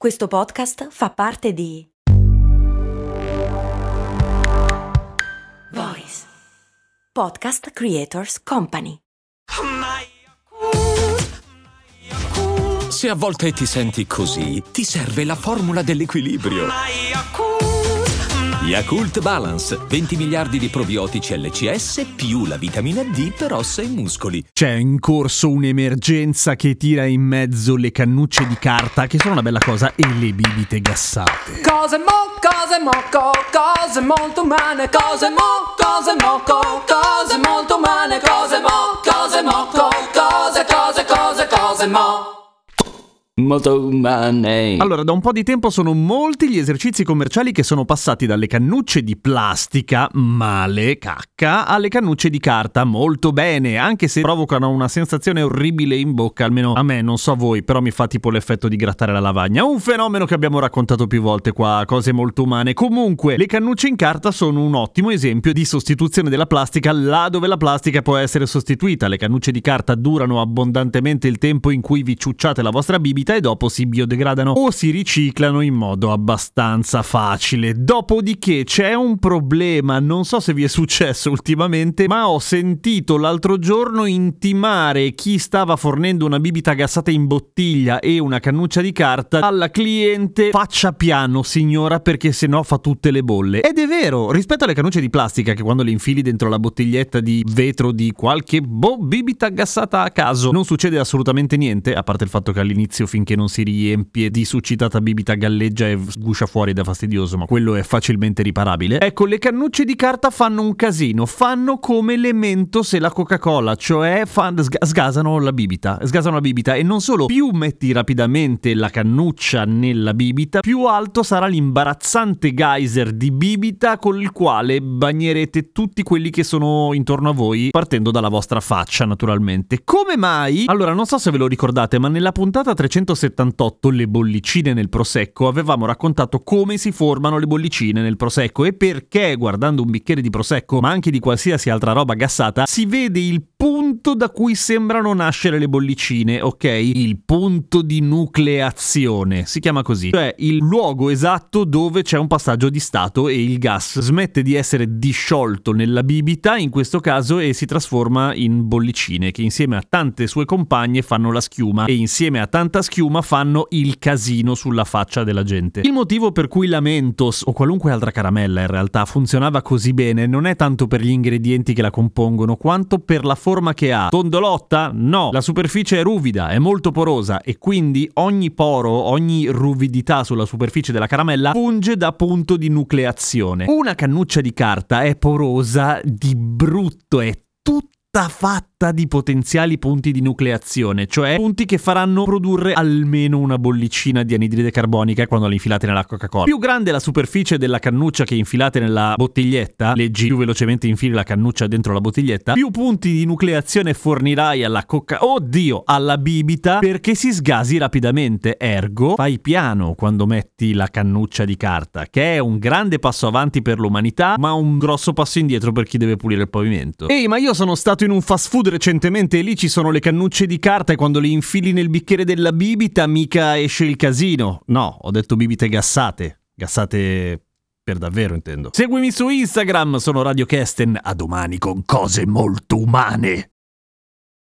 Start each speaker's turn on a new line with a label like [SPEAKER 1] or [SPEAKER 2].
[SPEAKER 1] Questo podcast fa parte di Voice Podcast Creators Company.
[SPEAKER 2] Se a volte ti senti così, ti serve la formula dell'equilibrio. Yakult Balance, 20 miliardi di probiotici LCS più la vitamina D per ossa e muscoli.
[SPEAKER 3] C'è in corso un'emergenza che tira in mezzo le cannucce di carta, che sono una bella cosa, e le bibite gassate.
[SPEAKER 4] Cose molto umane, cose molto umane, cose molto umane.
[SPEAKER 3] Allora, da un po' di tempo sono molti gli esercizi commerciali che sono passati dalle cannucce di plastica, male, cacca, alle cannucce di carta, molto bene, anche se provocano una sensazione orribile in bocca, almeno a me, non so voi, però mi fa tipo l'effetto di grattare la lavagna. Un fenomeno che abbiamo raccontato più volte qua, cose molto umane. Comunque, le cannucce in carta sono un ottimo esempio di sostituzione della plastica là dove la plastica può essere sostituita. Le cannucce di carta durano abbondantemente il tempo in cui vi ciucciate la vostra bibita e dopo si biodegradano o si riciclano in modo abbastanza facile. Dopodiché c'è un problema, non so se vi è successo ultimamente, ma ho sentito l'altro giorno intimare chi stava fornendo una bibita gassata in bottiglia e una cannuccia di carta alla cliente: faccia piano signora, perché sennò fa tutte le bolle. Ed è vero, rispetto alle cannucce di plastica che quando le infili dentro la bottiglietta di vetro di qualche bibita gassata a caso non succede assolutamente niente, a parte il fatto che all'inizio finché non si riempie di succitata bibita galleggia e sguscia fuori ed è fastidioso, ma quello è facilmente riparabile. Ecco, le cannucce di carta fanno un casino, fanno come le Mentos e la Coca-Cola, cioè sgasano la bibita e non solo, più metti rapidamente la cannuccia nella bibita, più alto sarà l'imbarazzante geyser di bibita con il quale bagnerete tutti quelli che sono intorno a voi, partendo dalla vostra faccia naturalmente. Come mai? Allora, non so se ve lo ricordate, ma nella puntata 378, le bollicine nel prosecco, avevamo raccontato come si formano le bollicine nel prosecco e perché, guardando un bicchiere di prosecco, ma anche di qualsiasi altra roba gassata, si vede il punto da cui sembrano nascere le bollicine, ok? Il punto di nucleazione, si chiama così, cioè il luogo esatto dove c'è un passaggio di stato e il gas smette di essere disciolto nella bibita, in questo caso, e si trasforma in bollicine che insieme a tante sue compagne fanno la schiuma e insieme a tanta schiuma fanno il casino sulla faccia della gente. Il motivo per cui la Mentos o qualunque altra caramella in realtà funzionava così bene non è tanto per gli ingredienti che la compongono quanto per la forma che ha. Tondolotta? No, la superficie è ruvida, è molto porosa e quindi ogni poro, ogni ruvidità sulla superficie della caramella funge da punto di nucleazione. Una cannuccia di carta è porosa di brutto, è tutta fatta di potenziali punti di nucleazione, cioè punti che faranno produrre almeno una bollicina di anidride carbonica quando la infilate nella Coca-Cola. Più grande è la superficie della cannuccia che infilate nella bottiglietta, leggi più velocemente infili la cannuccia dentro la bottiglietta, più punti di nucleazione fornirai alla alla bibita, perché si sgasi rapidamente. Ergo, fai piano quando metti la cannuccia di carta, che è un grande passo avanti per l'umanità, ma un grosso passo indietro per chi deve pulire il pavimento. Ehi, ma io sono stato in un fast food recentemente e lì ci sono le cannucce di carta e quando le infili nel bicchiere della bibita mica esce il casino. No, ho detto bibite gassate per davvero, intendo. Seguimi su Instagram, sono Radio Kesten, a domani con cose molto umane.